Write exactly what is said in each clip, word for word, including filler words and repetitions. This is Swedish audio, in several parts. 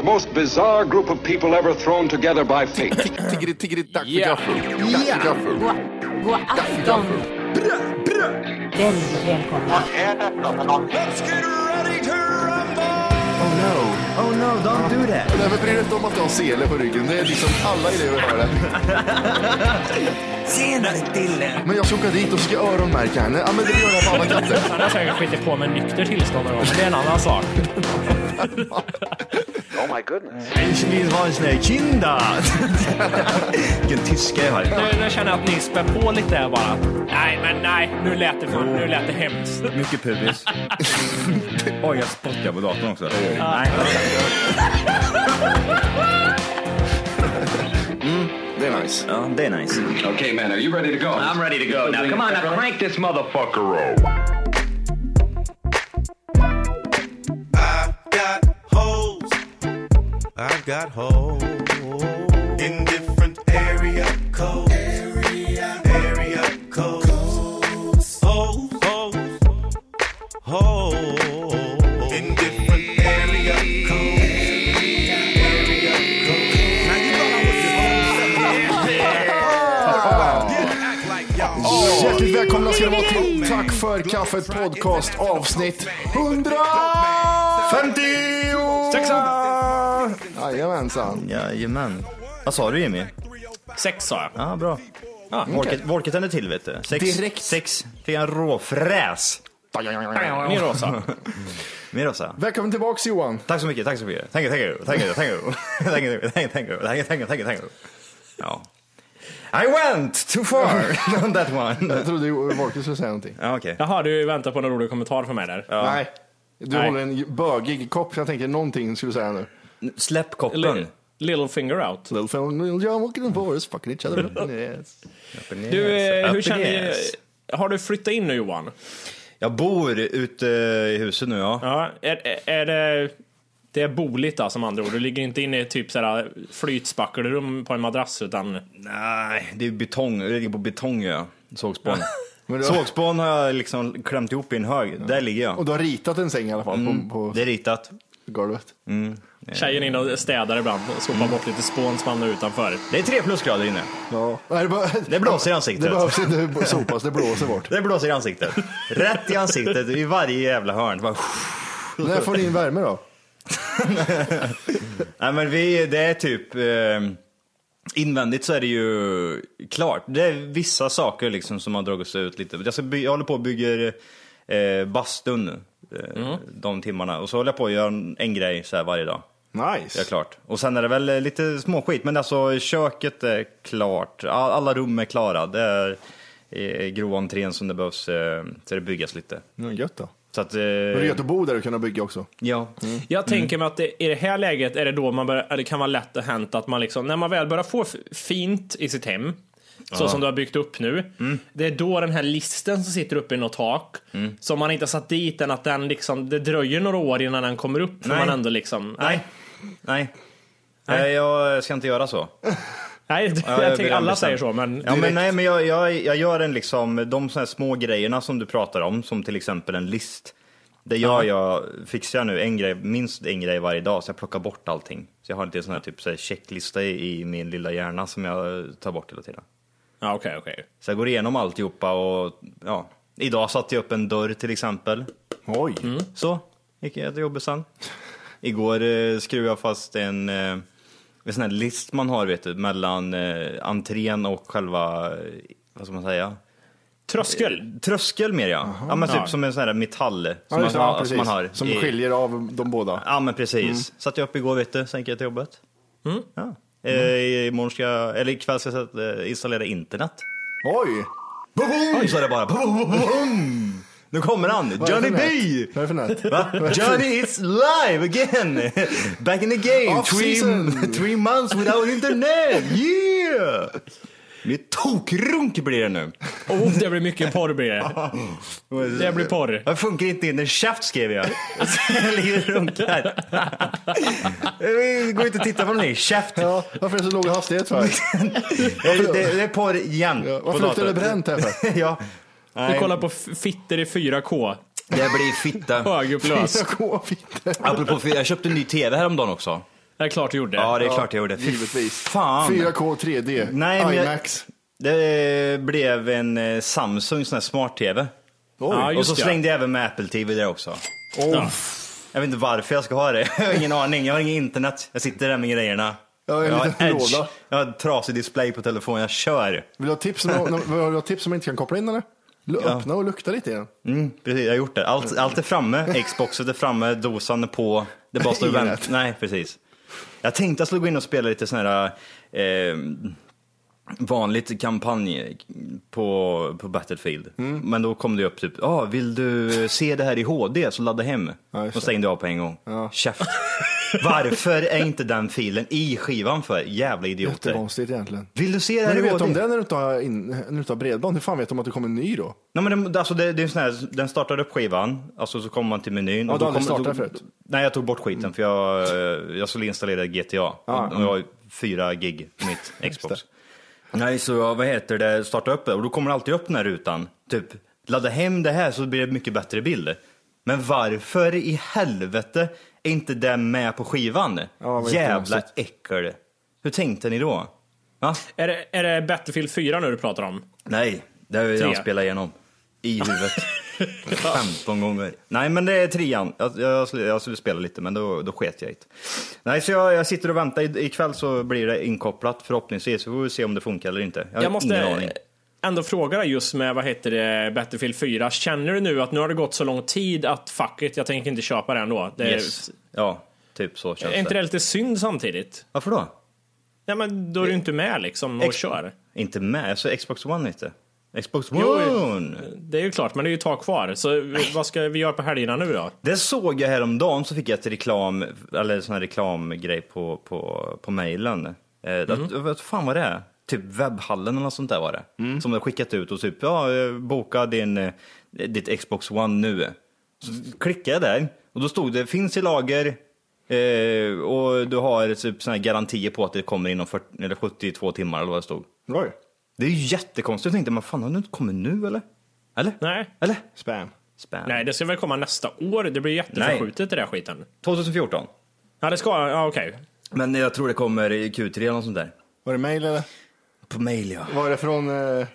The most bizarre group of people ever thrown together by fate. Tiggeri, tiggeri, dack för Yeah. gaffel. Dack för gaffel. God afton. Väldigt välkomna. Oh no, oh no, don't do that. Nej, men bryr dig inte om att du har sele på ryggen. Det är liksom alla elever har det. Senare Dille. Men jag ska åka dit och ska öronmärka henne. Ja, men det gör jag på alla katter. Han har säkert skitit på med nykter tillstånd någon gång, men det är en annan sak. Oh my goodness. Ich vill vara en sån här kinda. Vilken tyska jag har. Nu, nu känner jag att ni spär på lite här bara. Nej, men nej, nu lät det, för, nu lät det hemskt. Mycket pubis. Oj, jag spottar på datorn också. Nej. Mm, det är nice. Ja, det är nice. Okay, man, are you ready to go? I'm ready to go. Now, come on, now crank this motherfucker up. I've got holes in different area codes. Area, area codes. Holes, holes, holes in different area codes. Area codes. Now you know I was Hjärtligt välkomna ska det vara till Tack för kaffet podcast avsnitt hundrafemtio. Jajamensan. Jajamän. Vad sa du, Jimmy? Sex sa jag. Ja, bra. Ja, Volket, Volket hände till, vet du. Sex, Direkt. Sex fick en råfräs. Min rosa. Min rosa. Välkommen tillbaks, Johan. Tack så mycket, tack så mycket. Thank you, thank you, thank you, thank you. Thank you, thank you, thank you, thank you, thank you, thank you, thank you. Ja. I went too far on that one. Jag trodde ju Volker skulle säga någonting. Ja, okej. Jaha, du väntar på en rolig kommentar från mig där. Ja. Nej, du Nej. håller en bögig kopp. Jag tänker någonting skulle du säga nu. Släpp koppen. Li- Little finger out. Little film, little John walking in the forest, fucking each other. Yes. Du, eh, hur Up känner yes. du? Har du flyttat in nu, Johan? Jag bor ute i huset nu, ja. Ja, är, är, är det... Det är boligt då, som andra ord. Du ligger inte inne i typ sådär flytspackelrum på en madrass, utan... Nej, det är betong. Jag ligger på betong, ja. Sågspån. Men du- Sågspån har jag liksom klämt ihop i en hög. Där ligger jag. Och du har ritat en säng i alla fall Mm, på, på det är ritat. golvet. Tjejen in och städar ibland och sopar bort lite spån som hamnar utanför. Det är tre plusgrader inne. Ja. Nej, det, bara, Det blåser i ansiktet. det behövs inte sopas, det blåser bort. Det blåser i ansiktet. Rätt i ansiktet, i varje jävla hörn. Bara... När får ni in värme då? Nej, men vi, det är typ... Eh, invändigt så är det ju klart. Det är vissa saker liksom som har dragits ut lite. Jag, ska by- jag håller på och bygger eh, bastun nu. Eh, Mm. De timmarna. Och så håller jag på att göra en, en grej så här varje dag. Nice. Det är klart. Och sen är det väl lite små skit. Men alltså köket är klart. All, alla rum är klara. Det är eh, grå entrén som det behövs. Eh, så det byggas lite. Mm, gött då. Så att... Eh, Men det är gött att bo där och kunna bygga också. ja. Jag tänker mig att det, i det här läget är det då man börjar, det kan vara lätt att hända att man liksom, när man väl börjar få f- fint i sitt hem, så som du har byggt upp nu, det är då den här listen som sitter uppe i något tak, som man inte har satt dit än, att den liksom, det dröjer några år innan den kommer upp, för Nej. man ändå liksom, Nej. Nej. Nej. Jag ska inte göra så. nej, Ja, jag, jag tänker vill alla bestämma. säger så, men Ja, men nej, men jag, jag, jag gör en liksom, de såna här små grejerna som du pratar om, som till exempel en list. Det gör jag, fixar jag nu en grej, minst en grej varje dag, så jag plockar bort allting. Så jag har inte sån här typ så här checklista i, i min lilla hjärna som jag tar bort hela tiden. ja, okej, okej. Så jag går igenom alltihopa och ja, idag satte jag upp en dörr till exempel. Oj. Så gick jag till jobbet sen. Igår eh, skruvade jag fast en, eh, en sån här list man har, vet du, mellan eh, entrén och själva, eh, vad ska man säga? Tröskel. Tröskel mer, ja. Ja, men typ Ja. som en sån här metall Ja, som, just det, man, ja, har, precis. som man har. Som i, skiljer av de båda. Ja, men precis. Mm. Satt jag upp igår, vet du, sen gick jag till jobbet. Mm. Ja. Eh, imorgon ska jag, eller ikväll ska jag sätta- installera internet. Oj! Boom! Så är det bara. Boom! Nu kommer han, Vad är det Johnny för B! nät? Vad är det för nät? Va? Johnny is live again! Back in the game! Off Three, season. three months without internet! Yeah! Det är tokrunk blir det nu. Oh, det blir mycket porr blir det. Det blir porr. Det funkar inte in en käft, skrev jag. Jag ligger och runkar. Vi går inte att titta på den, käft. Ja, varför är det så låg hastighet för? Det, det, det är porr igen. Ja, på varför luktar det datorn. bränt här för? Ja. Vi Nej, kollar på f- fitter i fyra K. det blir fitta. Högupplös. K-fitter. Apropå, jag köpte en ny tv häromdagen också. Det är klart du gjorde. Ja, det är Ja, klart jag gjorde. Fy givetvis. Fan. fyra K tre D. Nej, men jag- IMAX. Det blev en eh, Samsung sån här smart-tv. Oj. Ja, Och just så det. slängde jag även med Apple T V där också. Ja. Jag vet inte varför jag ska ha det. Jag har ingen aning. Jag har ingen internet. Jag sitter där med grejerna. Ja, en jag har liten Edge. låda. Jag har trasig display på telefonen. Jag kör. Vill du ha tips om, vill du ha tips som man inte kan koppla in eller? L- Öppna och lukta lite igen. Mm, precis, jag har gjort det. Allt, allt är framme. Xboxet är framme. Dosan är på. Det är bara står och Ingen vänta. rätt. Nej, precis. Jag tänkte jag skulle gå in och spela lite sån här eh, vanligt kampanj på, på Battlefield. Mm. Men då kom det upp typ, ah, vill du se det här i H D så ladda hem. Ja, just och det. stängde jag av på en gång. Ja. Käft. Varför är inte den filen i skivan för? Jävla idioter. Jättekonstigt egentligen. Vill du se det här Men du i vet H D? om det när du inte har, in, när du inte har bredband, hur fan vet du om att det kommer en ny då? Nej, men det, alltså det, det är sån här, den startar upp skivan, alltså så kommer man till menyn. Ja, och du då har aldrig kommer- startat då- förut? Nej, jag tog bort skiten för jag, eh, jag skulle installera G T A. Ja, och jag har fyra gig på mitt Xbox. Nej, så jag, vad heter det, starta upp det och då kommer det alltid upp den här rutan. Typ, ladda hem det här så blir det mycket bättre bild. Men varför i helvete är inte det med på skivan? Ja, vad Jävla jättekonstigt. äckel. Hur tänkte ni då? Va? Är, det, är det Battlefield fyra nu du pratar om? Nej, det har vi redan Tre. spelat igenom. I huvudet. femton gånger. Nej, men det är trean. Jag, jag, skulle, jag skulle spela lite, men då, då sket jag i det. Nej, så jag, jag sitter och väntar. I, ikväll så blir det inkopplat förhoppningsvis. Så får vi se om det funkar eller inte. Jag har Jag ingen aning. måste ändå fråga dig just med, vad heter det, Battlefield fyra. Känner du nu att nu har det gått så lång tid att fuck it, jag tänker inte köpa den då? Det är, Yes. Ja, typ så känns är inte det. det lite synd samtidigt? Varför då? Ja, men då är du inte med liksom och Ex- kör. Inte med, jag sa Xbox One inte. Xbox Jo, One! Det är ju klart, men det är ju ett tag kvar. Så vad ska vi göra på helgerna nu då? Det såg jag häromdagen, så fick jag ett reklam, eller sån här reklamgrej på, på, på mejlen. Eh, Mm. att, vad fan var det? Typ webbhallen eller något sånt där var det. Mm. Som de skickat ut och typ, ja, eh, boka din, eh, ditt Xbox One nu. Så klickade jag där och då stod det, finns i lager eh, och du har typ såna här garantier på att det kommer inom fyrtio, eller sjuttiotvå timmar eller vad det stod. Oj. Det är ju jättekonstigt. Jag tänkte, men fan har du inte kommit nu eller? Eller? Nej. Eller? Spam. Spam. Nej, det ska väl komma nästa år. Det blir jätteförskjutet det där skiten. tjugohundrafjorton. Ja, det ska, ja okej. Men jag tror det kommer i Q tre eller något sånt där. Var det mail eller? På mail, ja. Var det från eh, eh,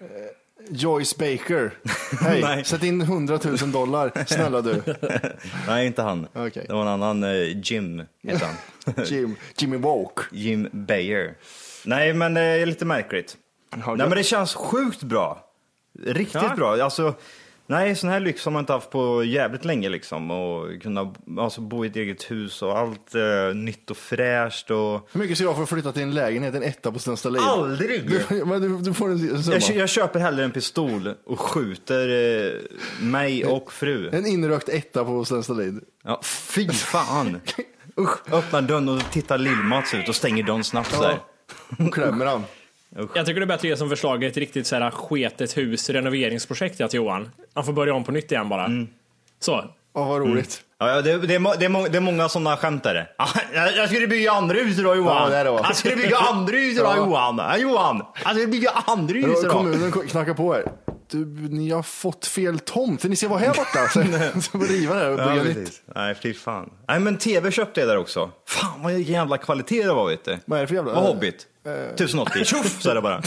Joyce Baker? Hej, Nej. sätt in hundratusen dollar, snälla du. Nej, inte han. Okej. Det var en annan eh, Jim, heter han. Jim, Jimmy Woke. Jim Bayer. Nej, men det är lite märkligt. Har Nej, du- men det känns sjukt bra. Riktigt Ja. bra. Alltså, nej, sån här lyx har man inte haft på jävligt länge liksom. Och kunna alltså, bo i ett eget hus och allt eh, nytt och fräscht och... Hur mycket ska jag få flytta till en lägenhet, en etta på Stenstad? Aldrig! Du, men du, du får en summa. Jag, kö- jag köper hellre en pistol och skjuter eh, mig och fru. En inrökt etta på Stenstad. Ja, fy fan. Usch, öppnar dörren och tittar Lill-Mats ut och stänger dörren snabbt så här. Och klämmer han. Jag tycker det är bättre att ge som förslag ett riktigt så här sketet hus renoveringsprojekt till Johan. Han får börja om på nytt igen bara. Mm. Så. Åh, vad roligt. Ja, ja, det, det, är, må- det, är, må- det är många sådana skämtare. Ah, jag, jag skulle bygga andra hus idag, Johan. Ja, det är det, va? Jag skulle bygga andra hus idag, Ja. Johan. Ja, Johan, jag skulle bygga andra hus Då idag. kommunen knackar på er. Du, ni har fått fel tomt, för ni ska vara här borta. Så, så får riva det här och Ja, bygga nytt. precis. Nej, fy fan. Nej, men tv köpte jag där också. Fan, vad jävla kvalitet det var, vet du. Vad är det för jävla... Vad Hobbit? tusen åttio, tjoff, så är det bara.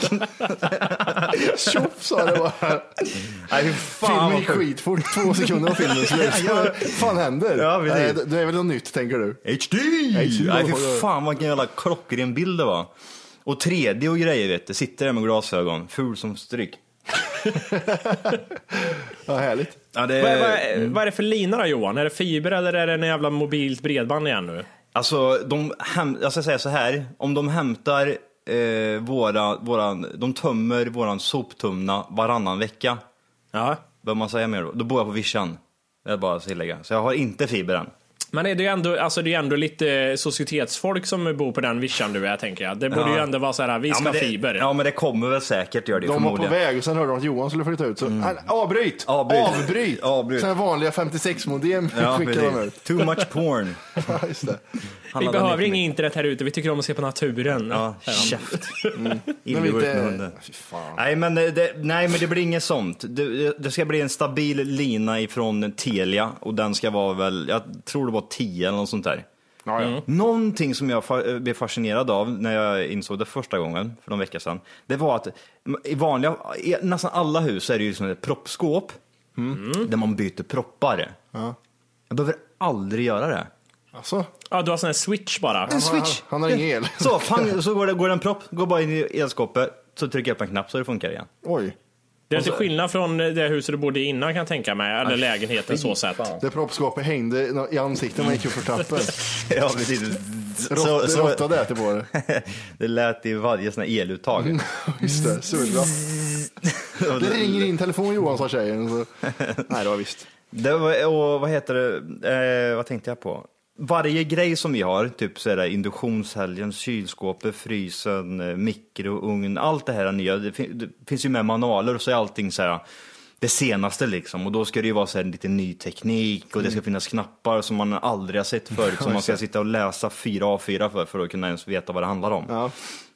Tjoff, sa det bara. Nej, fy fan. Filmen vad gick sjukt. skitfort, två sekunder av filmen slut. Vad fan händer? Ja, precis. Nej, det, det är väl något nytt, tänker du? H D! H D. Nej, fy fan vilken jävla klockren bild det var. Och tre D och grejer, vet du. Sitter där med glasögon, ful som stryk. Ja, härligt. Ja, det... Vad, vad, är- vad är det för lina då Johan? Är det fiber eller är det en jävla mobilt bredband igen nu? Alltså, de häm... jag ska säga så här. Om de hämtar eh, våra, våran, de tömmer våran soptumna varannan vecka. Ja. Behöver man säga mer då? Då bor jag på vischan. Det är bara att tillägga. Så jag har inte fiber än. Men är det ju ändå, alltså det är ändå lite societetsfolk som bor på den vischan du är, tänker jag. Det borde Ja. ju ändå vara så här, vi ska men ha det, fiber. Ja, men det kommer väl säkert göra det De var på förmodligen. väg och sen hörde de att Johan skulle flytta ut. Så, mm. avbryt! Avbryt. Avbryt! Avbryt. Sen vanliga femtiosex-modem Ja, skickar de precis. ut. Too much porn. Ja, just det. Vi behöver ingen internet här ute, vi tycker om att se på naturen. Ja, Ja. käft. Men Illa vi går ut med inte... hunden. Fy fan. Nej men det, nej, men det blir inget sånt. Det, det ska bli en stabil lina ifrån Telia och den ska vara väl, jag tror det var tio eller något sånt där. Ja, ja. Mm. Någonting som jag fa- blev fascinerad av när jag insåg det första gången för någon vecka sedan, det var att i vanliga, i nästan alla hus är det ju som ett proppskåp mm. där man byter proppar. Ja. Jag behöver aldrig göra det. Alltså, Ja, du har sån här switch bara. En switch. han har ingen el. Så, pang, så går det, går det en propp, går bara in i elskåpet, så trycker jag på en knapp så det funkar igen. Oj. Det är till skillnad från det huset du bodde innan kan jag tänka mig, eller lägenheten så sett. Det proppskåpet hängde i ansiktet när man gick upp för trappen. Ja, precis. Rott, det råttade äter på det. Det lät i varje sån här eluttag. Just det, surra. Det ringer in telefon, Johan, sa tjejen. Så. Nej, det var visst. Det var, och vad heter det, eh, vad tänkte jag på? Varje grej som vi har, typ så är det induktionshelgen, kylskåpet, frysen, mikrougn, allt det här nya, det, fin- det finns ju med manualer och så är allting så här det senaste liksom, och då ska det ju vara så här lite ny teknik och det ska finnas knappar som man aldrig har sett förut som man ska sitta och läsa fyra A fyra för för att kunna ens veta vad det handlar om. Ja.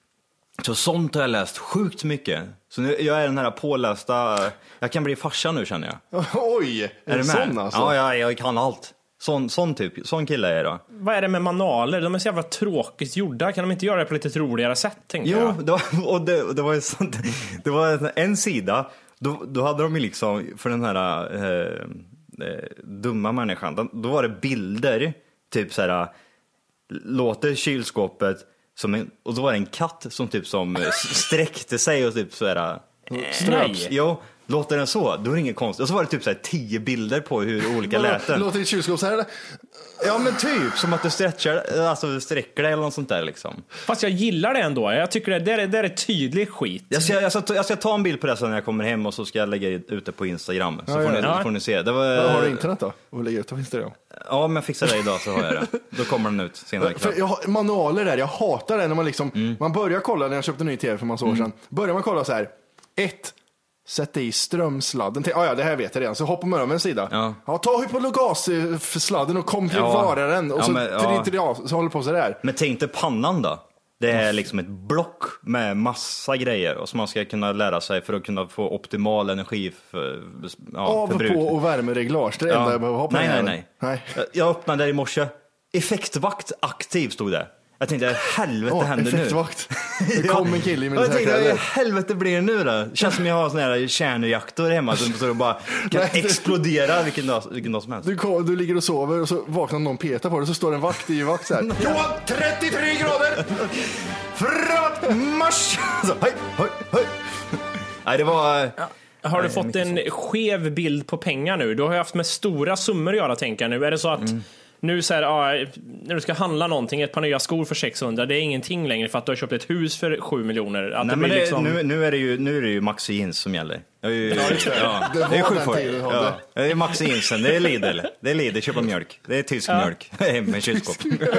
Så sånt har jag läst sjukt mycket. Så nu, jag är den här pålästa, jag kan bli farsa nu känner jag. Oj, är, Är det du med? sån alltså? Ja, ja, jag kan allt. Sån, sån typ, sån kille är jag då. Vad är det med manualer? De är så jävla tråkigt gjorda. Kan de inte göra det på lite roligare sätt, tänker Jo, jag? det var, och det, och det var ju sånt, det var en sida, då, då hade de ju liksom, för den här eh, eh, dumma människan, då, då var det bilder, typ så här, låter kylskåpet som en, och då var det en katt som typ som eh, sträckte sig och typ så här, Nej. jo, låter den så, då är det inget konstigt. Och så var det typ så här tio bilder på hur olika lät den. Låter ditt kylskåp så här eller? Ja men typ, som att du stretchar, alltså sträcker dig eller något sånt där liksom. Fast jag gillar det ändå. Jag tycker det, det, är, det är tydlig skit. Jag ska, jag, ska ta, jag ska ta en bild på det sen när jag kommer hem och så ska jag lägga ut det på Instagram. Så Ja, får, ni, ja. får ni se. Det var, Ja, har du internet då? Och lägger ut på Instagram? Ja, om jag fixar det idag så har jag det. Då kommer den ut senare För ikväll. jag har manualer där, jag hatar det när man liksom, Mm. man börjar kolla när jag köpte en ny tv för massa år sedan. Börjar man kolla så här, ett, sätt i strömsladden till, ah, ja det här vet jag redan, så hoppar man över en sida. Ja. Ja, ta hypologassladden och kom till Ja. vararen och Ja, så men, ja. triter det av, så håller på så där. Men tänk dig pannan då. Det är liksom ett block med massa grejer och som man ska kunna lära sig för att kunna få optimal energi för, ja, Av, förbrukning. på och värmereglage, det är det enda jag behöver ha på nej, den nej, här. nej, nej. Jag- Jag öppnade där i morse. Effektvakt aktiv stod det. Jag tänkte, helvete Åh, händer nu? effektvakt. Det kom en kille i Jag tänkte, militärkläder. vad helvete blir det nu då? Känns som jag har sån här kärnreaktor hemma som så det bara kan Nej, det- explodera vilken dag, vilken dag som helst. Du, kom, du ligger och sover och så vaknar någon petar på dig, så står det en vakt i vakt så här. Johan, trettiotre grader! Framåt, marsch! Så, hej, hej, hej. Nej, det var... Har du Nej, fått mycket en skev bild på pengar nu? Du har ju haft med stora summor att göra, tänker jag nu. Är det så att Mm. nu så här, ja, när du ska handla någonting, ett par nya skor för sexhundra, det är ingenting längre för att du har köpt ett hus för sju miljoner? Att Nej, det men blir det, liksom... nu, nu, är det ju, nu är det ju Maxi Jeans som gäller. Jag är ju, ja, just det. Det var är sju den för- tiden du hade. ja. Det är Maxi Jeansen, det är Lidl. Det är Lidl, köpa mjölk. Det är tysk mjölk. Med kylskåp.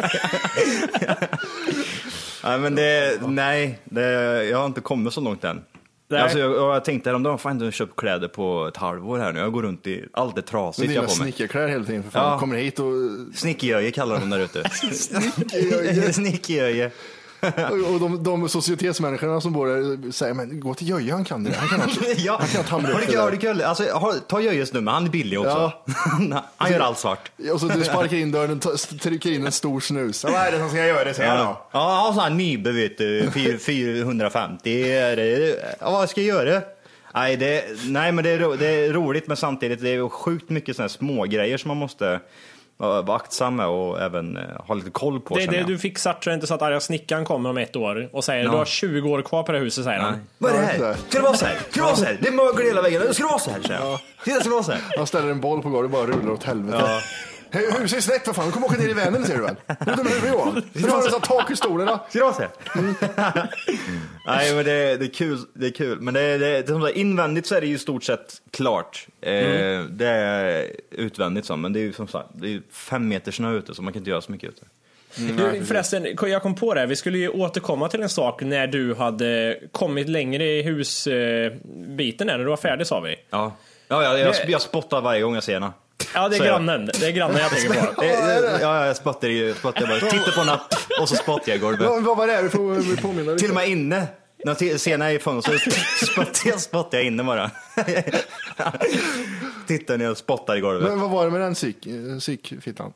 Nej, men det, nej, det, jag har inte kommit så långt än. Nej. Alltså, jag, jag tänkte häromdagen, fan inte köpt kläder på ett halvår här nu. Jag går runt i, allt är Med trasigt jag dina har på mig. snickerkläder hela tiden för fan. Ja. Kommer hit och... Snickerjöje kallar de där ute. Snickerjöje. Snickerjöje. Och de, de societetsmänniskorna som bor där säger, men gå till Jöje, han kan det. Han kan allt. Ja, Han kan har du kul? Har du kul? Alltså, har, ta Jöjes nummer, han är billig också. Ja. Han gör allt svart. Och så du sparkar in dörren och ta- trycker in en stor snus. Vad är det som ska göra det? Säger jag då. Ja, jag har sån här Nybe vet du, fyra- fyrahundrafemtio. Är det- Ja, vad ska jag göra? Nej, det, nej men det är, ro, det är roligt, men samtidigt det är sjukt mycket såna här små grejer som man måste vara vara aktsam med och även eh, ha lite koll på. Det är känner det jag. du fixar, så det är inte så att arga snickaren kommer om ett år och säger Ja. du har tjugo år kvar på det här huset, säger han. Nej. Vad är det Ja, här? det. Ska det vara så här? Ska det vara så här? Det är mögel hela vägen. Det ska vara så här, säger jag. Det ska vara så här. Han ställer en boll på golvet och bara rullar åt helvete. Ja. Hej, huset är snett för fan, du kommer åka ner i Vänern ser du väl? Du är dum i huvudet Johan. Du har nästan tak i stolarna. Ska det vara så här? Nej, men det, det är kul. Det är kul. Men det, det, det, det, det, invändigt så är det ju i stort sett klart. Eh, det är utvändigt så, men det är ju som sagt, det är ju fem meter snö ute så man kan inte göra så mycket ute. Du, förresten, jag kom på det. Vi skulle ju återkomma till en sak när du hade kommit längre i husbiten, när du var färdig, sa vi. Ja, ja, ja jag, Det- jag spottar varje gång jag ser henne. Ja, det är Så jag- grannen. Det är grannen jag tänker på. Det, det, ja, jag spottar ju, spottar bara, tittar på natt och så spottar jag i golvet. Ja, vad var det? Du får påminna dig. Till och med inne. När jag ser när jag är i fönstret så spottar jag, spottar jag inne bara. Tittar när jag spottar i golvet. Men vad var det med den psyk, psykfittan?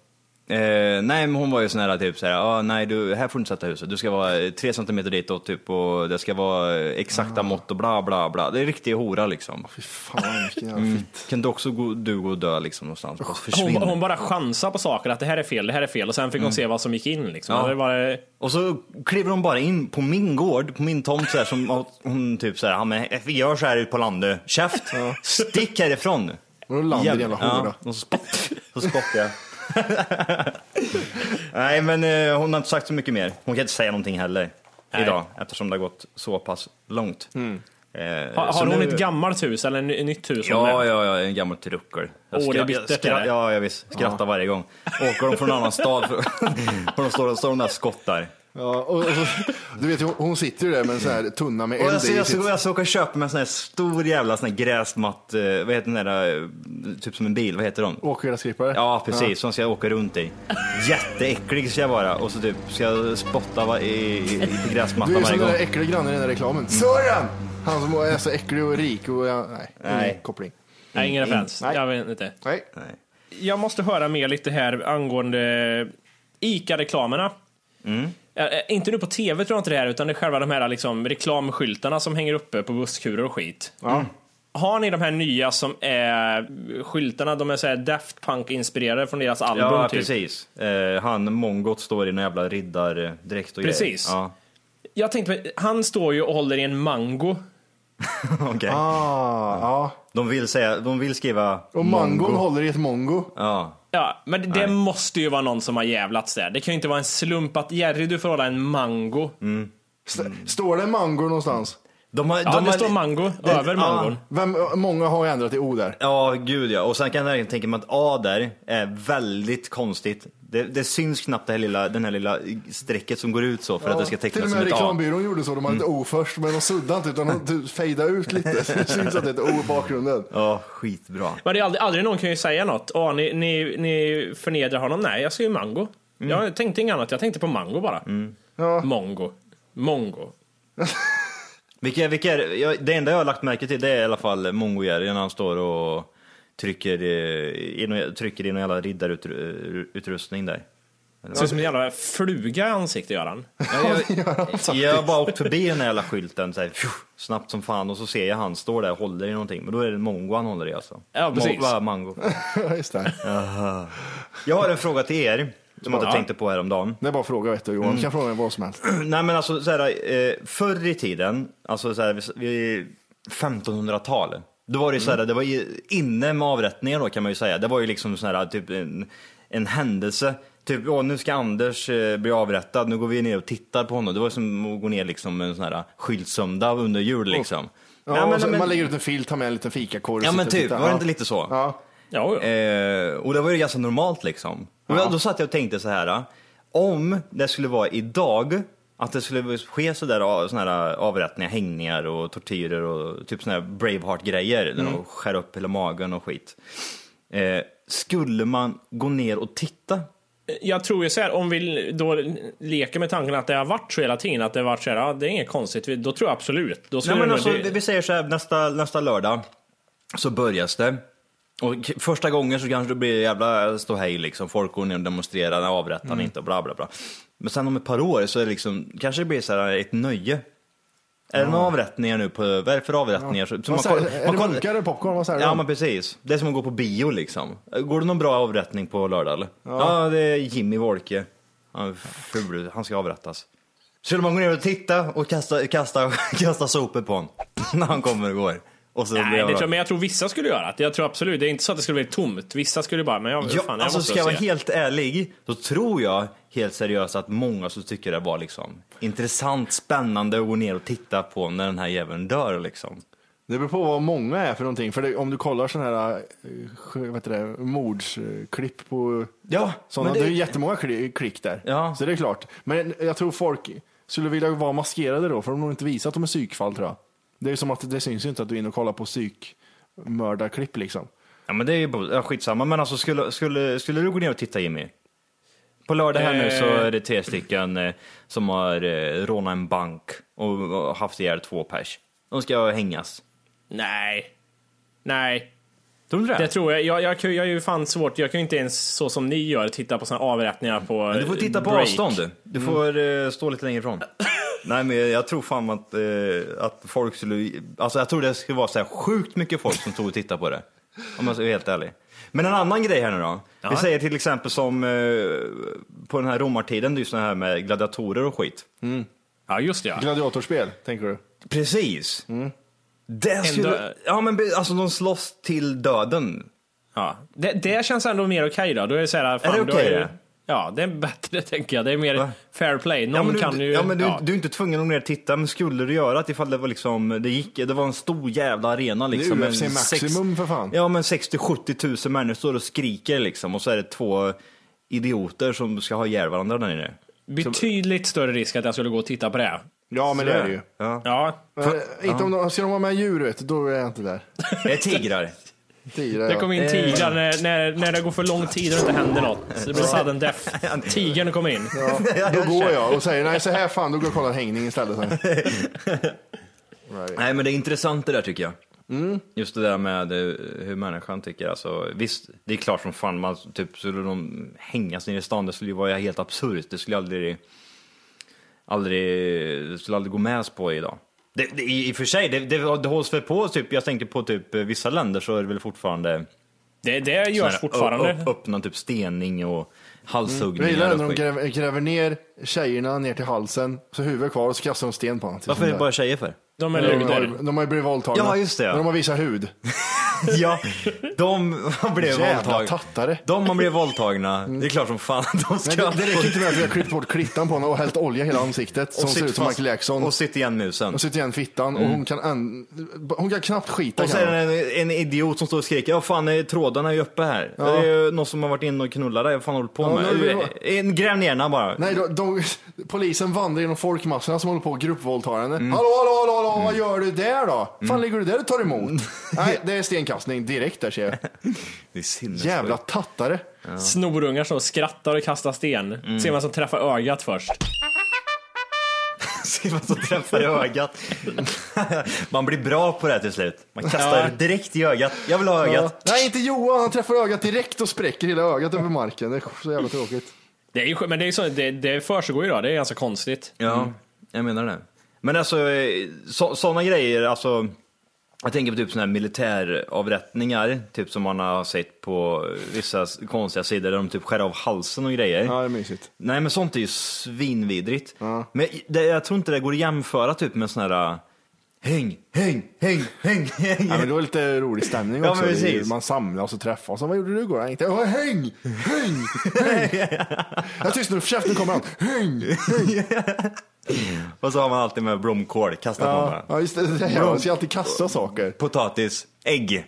Eh, nej, men hon var ju sån här typ såhär, ah, nej du, här får du inte sätta huset, du ska vara tre centimeter ditåt typ och det ska vara exakta ah. mått och bla bla bla. Det är riktig hora liksom. Fy fan, vilken jävla mm. fitt. Kan du också gå, du gå och dö liksom någonstans? Hon, hon bara chansar på saker, att det här är fel, det här är fel och sen fick hon mm. se vad som gick in liksom. Ja. Det var... Och så kliver hon bara in på min gård, på min tomt så här, som hon typ såhär, ja men vi gör så här ut på landet, käft, ja. Stick härifrån nu. Och då landar jävla hora. Ja, och så spott, så spottar jag. Nej, men eh, hon har inte sagt så mycket mer. Hon kan inte säga någonting heller. Nej. Idag, eftersom det har gått så pass långt. Mm. Eh, har har hon nu... ett gammalt hus eller ett nytt hus? Ja, ja, ja, en gammal trucker. Jag Åh, skra- det är bittert, jag skra- Ja, jag visst. Skrattar ja. varje gång. Åker de från en annan stad för... och de står, står de där skottar. Ja, och, och så, du vet, hon, hon sitter ju där med en sån här tunna med eld i. Jag ska, jag, ska, jag ska åka och köpa med en sån här stor jävla sån här gräsmatt, eh, vad heter den där, typ som en bil, vad heter de? Åkerskrippare. Ja, precis, ja. Som ska jag åka runt i. Jätteäcklig ska jag vara och så typ ska jag spotta i, i, i gräsmattan varje gång. Du är som den där äckliga grannen i den där reklamen. Mm. Sören! Han som är så äcklig och rik och jag, nej, nej. Ingen koppling. Nej, ingen referens. Mm. Jag vet inte. Nej. nej. Jag måste höra mer lite här angående ICA-reklamerna. Mm. Äh, inte nu på tv tror jag inte det här, utan det är själva de här liksom, reklamskyltarna som hänger uppe på busskurer och skit. Mm. Har ni de här nya som är skyltarna, de är så här Daft Punk-inspirerade från deras album? Ja, typ. precis. Eh, han, Mongot, står i en jävla riddardräkt och precis. grejer. Ja. Jag tänkte, han står ju och håller i en mango. Okej. Okay. Ah, ja. De vill säga, de vill skriva och mangon mongo. Håller i ett mongo. Ja. Ja, men det Nej. måste ju vara någon som har jävlats där. Det kan ju inte vara en slump att Jerry, du får hålla en mango. Mm. St- står det mango någonstans? De har, ja, de det har, står mango, det, över mangon. Ah, vem, många har ändrat till O där. Ja, gud ja. Och sen kan jag tänka mig att A där är väldigt konstigt. Det, det syns knappt det här lilla, den här lilla strecket som går ut så för ja, att det ska tecknas som ett A. Till och med reklambyrån gjorde så, de hade mm. ett O först, men de suddade inte utan de fejdade ut lite. Det syns att det är ett O i bakgrunden. Ja, skitbra. Men det är aldrig, aldrig någon kan ju säga något. Åh, ni, ni, ni förnedrar honom. Nej, jag ser ju mango. Mm. Jag tänkte inget annat, jag tänkte på mango bara. Mm. Ja. Mongo. Mongo. Vilka, vilka är, jag, det enda jag har lagt märke till det är i alla fall Mongo Jerry när han står och trycker i, trycker i någon jävla riddarutrustning där. Det ser ut som en jävla fluga i ansiktet, gör han. Jag, jag, jag har bara åkt förbi den här jävla skylten så här, pju, snabbt som fan och så ser jag han står där och håller i någonting. Men då är det Mongo han håller i alltså. Ja, precis. Mo- mango. Just det. Uh-huh. Jag har en fråga till er som jag ja. tänkte på häromdagen. Det är bara fråga, vet du, Johan. Mm. Kan fråga vad som helst. Nej, men alltså så här, eh, förr i tiden, alltså så här, vid femtonhundratalet, då var det så här, mm. det var ju inne med avrättningar då kan man ju säga. Det var ju liksom så här typ en, en händelse. Typ, åh, nu ska Anders eh, bli avrättad, nu går vi ner och tittar på honom. Det var som att gå ner liksom med en sån här skyltsöndag under jul liksom. Ja, ja, men, men, man lägger ut en fil, tar med en liten fikakorv. Ja, men typ, var det ja. inte lite så? Ja. Ja, ja. Eh, och det var ju ganska normalt liksom. Och ja. Då satt jag och tänkte så här, om det skulle vara idag, att det skulle ske så där, såna här avrättningar, hängningar och tortyrer och typ såna här Braveheart-grejer, mm. där de skär upp hela magen och skit. Eh, skulle man gå ner och titta? Jag tror ju så här, om vi då leker med tanken att det har varit så hela tiden, att det har varit så här, ja, det är inget konstigt, då tror jag absolut. Då Nej, men det, alltså, det... vi säger så här, nästa, nästa lördag så börjas det. Och första gången så kanske det blir jävla ståhej liksom, folk går ner och demonstrerar, avrättar mm. inte och bla bla bla. Men sen om ett par år så är det liksom, kanske det blir så här ett nöje. Är det några avrättningar nu på, vad är det för avrättningar? Ja. Så man, säger, man, är man, det munkar eller popcorn? Vad säger ja, du? men precis. Det är som att gå på bio liksom. Går det någon bra avrättning på lördag eller? Ja, ja det är Jimmy Wolke. Han, ful, han ska avrättas. Skulle man gå ner och titta och kasta, kasta, kasta sopor på honom när han kommer och går? Och så Nej, det tror jag, men jag tror vissa skulle göra det. Jag tror absolut, det är inte så att det skulle bli tomt. Vissa skulle bara, men jag, ja, fan, jag alltså måste ska jag vara se. helt ärlig, då tror jag helt seriöst att många som tycker det var liksom intressant, spännande att gå ner och titta på när den här jäveln dör liksom. Det beror på vad många är för någonting. För det, om du kollar sån här vad heter det, mordsklipp på ja, sådana, det... det är ju jättemånga klick där. Ja. Så det är klart. Men jag tror folk skulle vilja vara maskerade då, för de har inte visat att de är psykfall, tror jag. Det är som att det syns ju inte att du är inne och kollar på psykmördarklipp liksom. Ja, men det är ju ja, skitsamma. Men alltså, skulle, skulle, skulle du gå ner och titta, Jimmy? På lördag här nu så är det tre stycken eh, som har eh, rånat en bank och, och haft ihjäl två pers. De ska hängas. Nej. Nej. Tror du det? Det tror jag. Jag, jag, jag, jag är ju fan svårt. Jag kan ju inte ens så som ni gör titta på såna avrättningar på Men du får titta på break. avstånd. Du får mm. stå lite längre ifrån. Nej, men jag tror fan att, eh, att folk skulle... Alltså jag tror det skulle vara så här sjukt mycket folk som stod och tittade på det. Om jag ska vara helt ärlig. Men en annan grej här nu då. Ja. Vi säger till exempel som eh, på den här romartiden, det är ju såna här med gladiatorer och skit. Mm. Ja, just det. Ja. Gladiatorspel, tänker du? Precis. Mm. Det skulle... Ändå... Ja, men alltså de slåss till döden. Ja. Det, det känns ändå mer okej då. Då är det så här, fan, är det okej? Är... Ja, det är bättre tänker jag. Det är mer Va? fair play. Någon ja, men du, kan ju... ja, men du, ja. du är inte tvungen att ner och titta, men skulle du göra att ifall det var liksom, det gick, det var en stor jävla arena liksom. Det är U F C maximum för fan. Ja, men sextio sjuttio tusen människor står och skriker liksom, och så är det två idioter som ska ha ihjäl varandra där nere. Betydligt större risk att jag skulle gå och titta på det. Ja, men det är det ju. Ja. Ja. För, inte om de, ska de vara med djur, vet du, då är jag inte där. Det är tigrar. Tigrar, Det kommer in tigrar när, när, när det går för lång tid och det inte händer något. Så det blir sudden death. Tigern kommer in. Ja, då går jag och säger nej så här fan, då går jag och kollar hängning istället. Right. Nej, men det är intressant det där tycker jag. Mm. Just det där med hur människan tycker. Alltså, visst, det är klart som fan, man, typ, skulle de hängas ner i stan, det skulle ju vara helt absurt. Det skulle aldrig, aldrig, det skulle aldrig gå med på idag. Det, det, i och för sig, det, det, det hålls väl på, typ, jag tänker på typ vissa länder så är det väl fortfarande Det, det görs fortfarande. Upp, öppna typ stening och halshuggningar. Jag gillar och när de skit. gräver, gräver ner tjejerna ner till halsen, så huvudet kvar och så kastar de sten på honom. Varför är det bara tjejer för? De är De lugder. har, de har ju blivit våldtagna. Ja, just det, ja. Men de har visat hud. Ja, de har blivit Jävla våldtagna. tattare. De har blivit våldtagna. Det är klart som fan de Men ska. det, det räcker inte med att vi har klippt bort klittan på honom och hällt olja i hela ansiktet som Och ser sitt ut som fast- Michael Jackson. Och sitter igen musen. Och sitter igen fittan och hon kan, en, hon kan knappt skita. Och så kan är hon. det en, en idiot som står och skriker, ja fan är trådarna är ju uppe här. Ja. Det är ju någon som har varit inne och knullat dig, vad fan håller du på Ja, med? men det En gräv ner den bara. Nej, de, de, polisen vandrar genom folkmassorna som håller på och gruppvåldtar henne. Mm. Hallå, hallå, hallå, hallå, vad gör du där då? Fan ligger du där och tar emot? Nej, det är stenkastning direkt där ser jag. Det är sinnessjukt. Jävla tattare. Snorungar som skrattar och kastar sten. Mm. Ser man som träffar ögat först. Se vad som träffar i ögat. Man blir bra på det här till slut. Man kastar Ja. direkt i ögat. Jag vill ha ögat. Ja. Nej, inte Johan, han träffar ögat direkt och spräcker hela ögat över marken. Det är så jävla tråkigt. Det är ju, men det är ju så, det, det försiggår ju då. Det är ganska konstigt. Ja, jag menar det. Men alltså, så, sådana grejer, alltså, jag tänker på typ sådana här militäravrättningar, typ som man har sett på vissa konstiga sidor där de typ skär av halsen och grejer. Ja, det är mysigt. Nej, men sånt är ju svinvidrigt. Ja. Men det, jag tror inte det går att jämföra typ med sådana här häng, häng, häng, häng, häng. Ja, men det var lite rolig stämning Ja, också. men Det är ju- precis. Man samlas och träffas. Vad gjorde du igår? Jag tänkte, "Åh, häng, häng, häng. Jag tyst nu, för käften kommer han. Häng, häng. Och så har man alltid med blomkål, kastat på Ja, bara. ja, just det. det man ska alltid kasta saker. Potatis, ägg.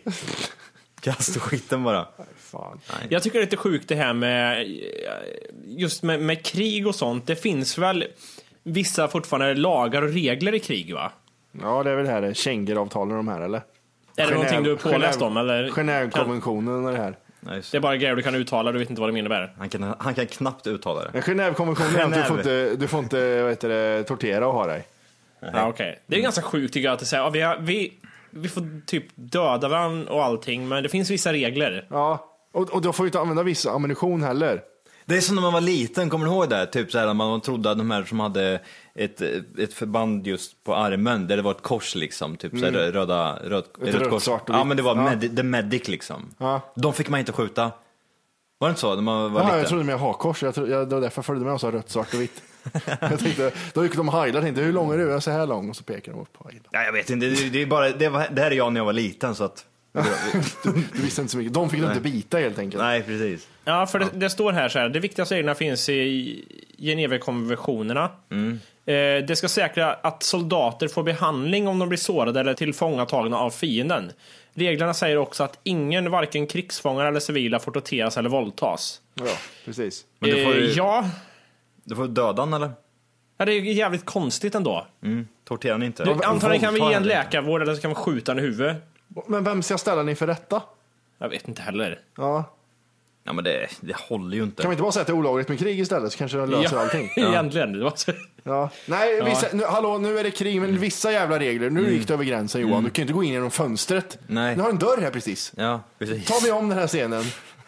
Kasta skiten bara. Fan. Jag tycker det är lite sjukt det här med just med, med krig och sånt. Det finns väl vissa fortfarande lagar och regler i krig, va? Ja, det är väl det här Schengen-avtalen de här, eller? Är det någonting du är påläst om, eller? Genèvekonventionen och det här. Nej, just Det det. är bara grejer du kan uttala, du vet inte vad det innebär. Han, kan, han kan knappt uttala det. Men Genèvekonventionen är att du får inte, du får inte vad heter det, tortera och ha dig. Ja, okay. Det är ganska sjukt tycker jag att säga. Ja, vi, har, vi, vi får typ döda varandra och allting, men det finns vissa regler. Ja, och, och då får du inte använda viss ammunition heller. Det är som när man var liten, kommer du ihåg det? Typ så här, när man trodde att de här som hade ett, ett förband just på armen, där det var ett kors liksom, typ så här, röda, röd, Ett rött, kors. svart och Ja, vitt. men det var Ja. med, the medic liksom. Ja. De fick man inte skjuta. Var det inte så när man var Ja, liten? jag trodde med hakkors. Jag tro, jag, det var därför jag följde med och sa rött, svart och vitt. Jag tänkte, då gick de och heilade och tänkte, hur lång är du? Jag är så här lång och så pekar de upp på heilen. Ja, jag vet inte, det, det är bara, det, var, det här är jag när jag var liten så att... Du, du visste inte så mycket. De fick inte bita helt enkelt. Nej, precis. Ja, för det, det står här så här. De viktigaste reglerna finns i Genèvekonventionerna. Mm. Eh, det ska säkra att soldater får behandling om de blir sårade eller tillfångatagna av fienden. Reglerna säger också att ingen, varken krigsfångar eller civila, får torteras eller våldtas. Ja, precis. Men du får ju- Eh, ja. Du får döda han eller? ja, det är jävligt konstigt ändå. Mm. Tortera han inte? Du, antagligen kan vi ge en Våldtar han läkarvård eller så kan vi skjuta en i huvudet. Men vem ska ställa ni för rätta? Jag vet inte heller. Ja. Ja, men det, det håller ju inte. Kan vi inte bara säga att det är olagligt med krig istället så kanske det löser Ja, allting? egentligen. Det var så... Ja. Nej, vissa, nu, hallå, nu är det krig men vissa jävla regler. Nu gick det över gränsen Johan. Du kan ju inte gå in genom fönstret. Nej. Nu har en dörr här precis. Ja, precis. Ta vi om den här scenen.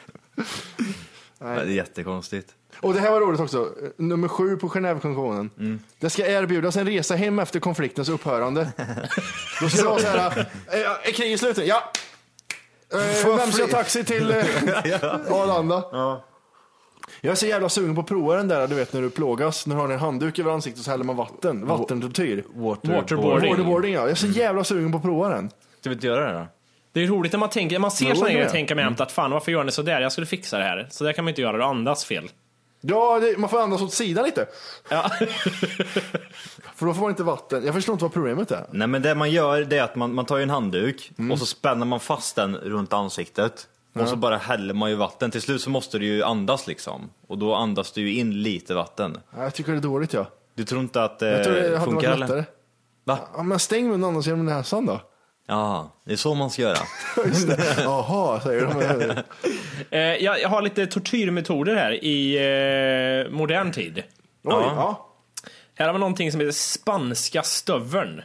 Det är jättekonstigt. Och det här var roligt också. Nummer sju på Genèvekonventionen. Mm. Det ska erbjudas en resa hem efter konfliktens upphörande. Då ska det vara så här. Är kriget slut? Ja. Eh, vem ska taxi till eh, Arlanda? Ja. Jag är så jävla sugen på att prova den där, du vet när du plågas, när du har en handduk över ansiktet och så häller man vatten, vattentortyr. Waterboarding. Waterboarding, ja. Jag är så jävla sugen på att prova den. Ska vi inte göra det då? Det är roligt när man tänker, man ser Jo, såna det grejer är. och tänker med mm. att fan, varför gör ni så där? Jag skulle fixa det här. Så där kan man inte göra, det andas fel. Ja, det, man får andas åt sidan lite. Ja. För då får man inte vatten. Jag förstår inte vad problemet är. Nej, men det man gör det är att man, man tar ju en handduk mm. och så spänner man fast den runt ansiktet. Och ja. Så bara häller man ju vatten. Till slut så måste du ju andas liksom. Och då andas du ju in lite vatten. Ja, jag tycker det är dåligt, ja. Du tror inte att det jag tror det funkar hade varit eller? Va? Ja, men stäng munnen annars genom näsan då. Ja, det är så man ska göra. Just det. Jaha, säger de. eh, jag, jag har lite tortyrmetoder här i eh, modern tid. Oj, ja. ja. Här har vi någonting som heter spanska stövern.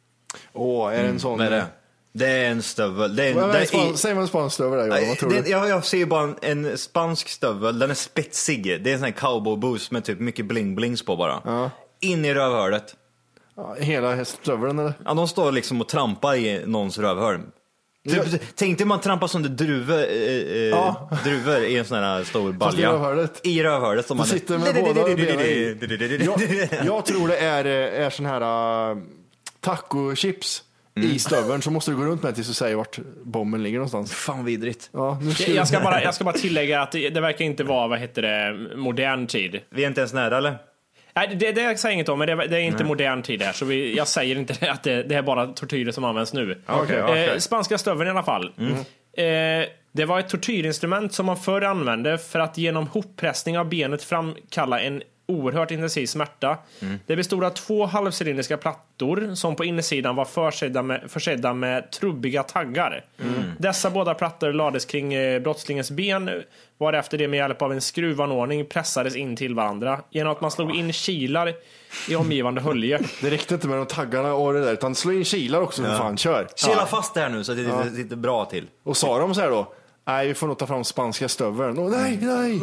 Åh, är det en sån? Vad är det? Det är en stövel. Det är en, Vad är det är, span, säger man spansk stövel där, Johan? Vad tror det, du? jag, jag ser bara en, en spansk stövel. Den är spetsig. Det är en sån här cowboy-boost med typ mycket bling-blings på bara. Ja. In i rövhålet. Ja, hela stöveln eller? Ja, de står liksom och trampar i någons rövhål. Typ, ja. Tänk dig man trampar som det druvor, eh, ja. druvor i en sån här stor balja. I rövhålet. I rövhålet. Som man sitter med båda benen i. Jag, jag tror det är, är sån här uh, tacochips mm. i stöveln, så måste du gå runt med tills du säger vart bomben ligger någonstans. Fan vidrigt. Ja, nu jag, jag, ska bara, jag ska bara tillägga att det, det verkar inte vara, vad heter det, modern tid. Vi är inte ens nära, eller? Nej, det, det jag säger inget om, men det, det är inte Nej. modern tid här, så vi, jag säger inte att det, det är bara tortyrer som används nu. Okay, okay. Eh, spanska stöveln i alla fall. Mm. Eh, det var ett tortyrinstrument som man förr använde för att genom hoppressning av benet framkalla en oerhört intensiv smärta. Mm. Det bestod av två halvcylindriska plattor som på insidan var försedda med, försedda med trubbiga taggar. Mm. Dessa båda plattor lades kring eh, brottslingens ben, varefter det med hjälp av en skruvanordning pressades in till varandra genom att man slog in kilar i omgivande hölje. Det räckte inte med de taggarna och det där, utan slå in kilar också, för ja. fan, kör. Kila ja. fast det här nu så att det ja. sitter bra till. Och sa de så här då? Nej, vi får nog ta fram spanska stöveln. Oh, nej, nej.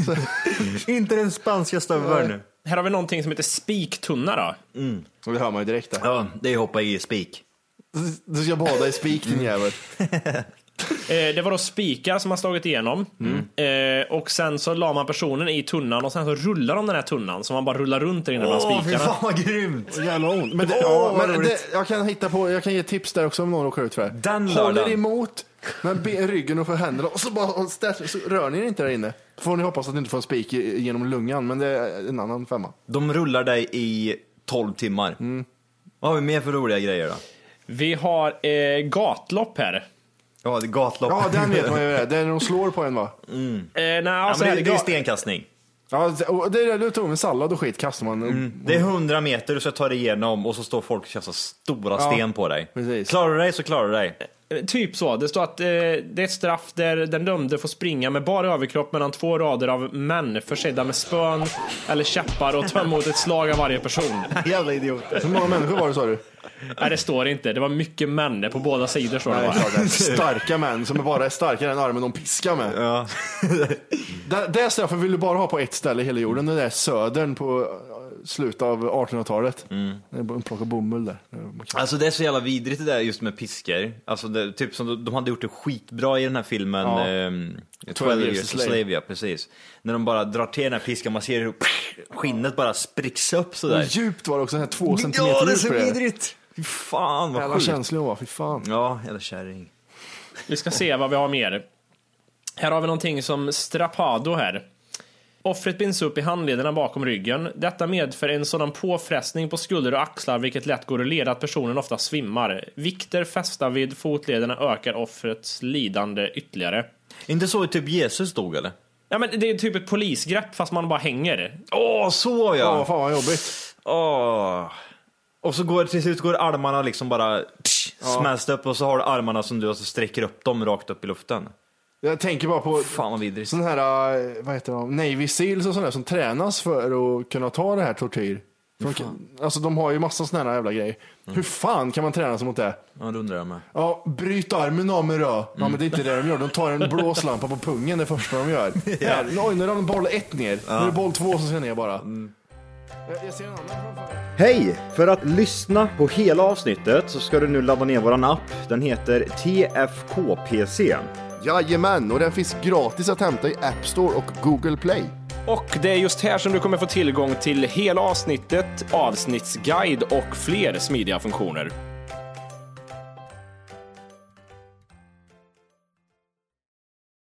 Inte den spanska stöveln. Nej. Här har vi någonting som heter spiktunna då. Mm. Och det hör man ju direkt där. Ja, det är hoppa i spik. Du ska bada i spik, din jävel. eh, det var då spikar som har slagit igenom. Mm. Eh, och sen så la man personen i tunnan och sen så rullar de den här tunnan så man bara rullar runt där inne bland spikarna. Åh, fy fan vad grymt. Jävla ont. Men, det, oh, ja, men det, jag kan hitta på, jag kan ge tips där också om någon råkar ut för det. Den håller emot med ben, ryggen och för händerna och så bara stärt, så rör ni inte där inne. Får ni hoppas att ni inte får en spik genom lungan, men det är en annan femma. De rullar dig i tolv timmar. Mm. Vad har vi mer för roliga grejer då? Vi har eh, gatlopp här. Ja, det är gatlopp. Ja, den vet man ju det. Det är när de slår på en, va? Mm. Eh, nej, alltså ja, här, det, det är stenkastning. Ja, det är det du tog med sallad och skit kastar man. Mm. Det är hundra meter du ska ta dig igenom och så står folk och kastar stora ja, sten på dig. Precis. Klarar du dig så klarar du dig. Typ så. Det står att eh, det är ett straff där den dömde får springa med bara överkropp mellan två rader av män försedda med spön eller käppar och ta emot ett slag av varje person. Jävla idiot. Hur många människor var det, sa du? Nej, det står inte. Det var mycket män på båda sidor. Står det. Nej, starka män som bara är starkare än armen de piskar med. Ja. det, det straffet vill du bara ha på ett ställe i hela jorden. Det är södern på slutet av artonhundratalet. Mm. Plocka bomull där. Alltså det är så jävla vidrigt det där just med piskor. Alltså det, typ som de hade gjort det skitbra i den här filmen ja. eh, twelve years a slave. slave, ja precis. När de bara drar till den här piskan, man ser hur skinnet bara spricks upp sådär. Och djupt var det också, den här två centimeter. Ja, det är så vidrigt. Fy fan vad jävla känslig hon var, fy fan. Ja, jävla kärring. Vi ska se vad vi har mer. Här har vi någonting som strapado här. Offret binds upp i handlederna bakom ryggen. Detta medför en sådan påfrestning på skulder och axlar vilket lätt går att leda att personen ofta svimmar. Vikter fästa vid fotlederna ökar offrets lidande ytterligare. Inte så typ Jesus dog eller? Ja, men det är typ ett polisgrepp fast man bara hänger. Åh, så ja. Åh, fan vad jobbigt. Åh. Och så går till slut går armarna liksom bara psh, ja. smällst upp och så har du armarna som du alltså sträcker upp dem rakt upp i luften. Jag tänker bara på Fan vad vidrigt. sån här, eh, vad heter de, Navy Seals och sådär som tränas för att kunna ta det här tortyr. De, alltså de har ju massa såna här jävla grejer. Mm. Hur fan kan man träna sig mot det? Ja, det undrar jag med. Ja, bryt armen av mig då. Mm. Ja, men det är inte det de gör. De tar en blåslampa på pungen det första de gör. Ja. Här, oj, nu har de boll ett ner. Ja. Nu är det boll två som ska ner bara. Mm. Jag, jag ser en annan framför. Hej! För att lyssna på hela avsnittet så ska du nu ladda ner våran app. Den heter T F K P C. Jajamän, och den finns gratis att hämta i App Store och Google Play. Och det är just här som du kommer få tillgång till hela avsnittet, avsnittsguide och fler smidiga funktioner.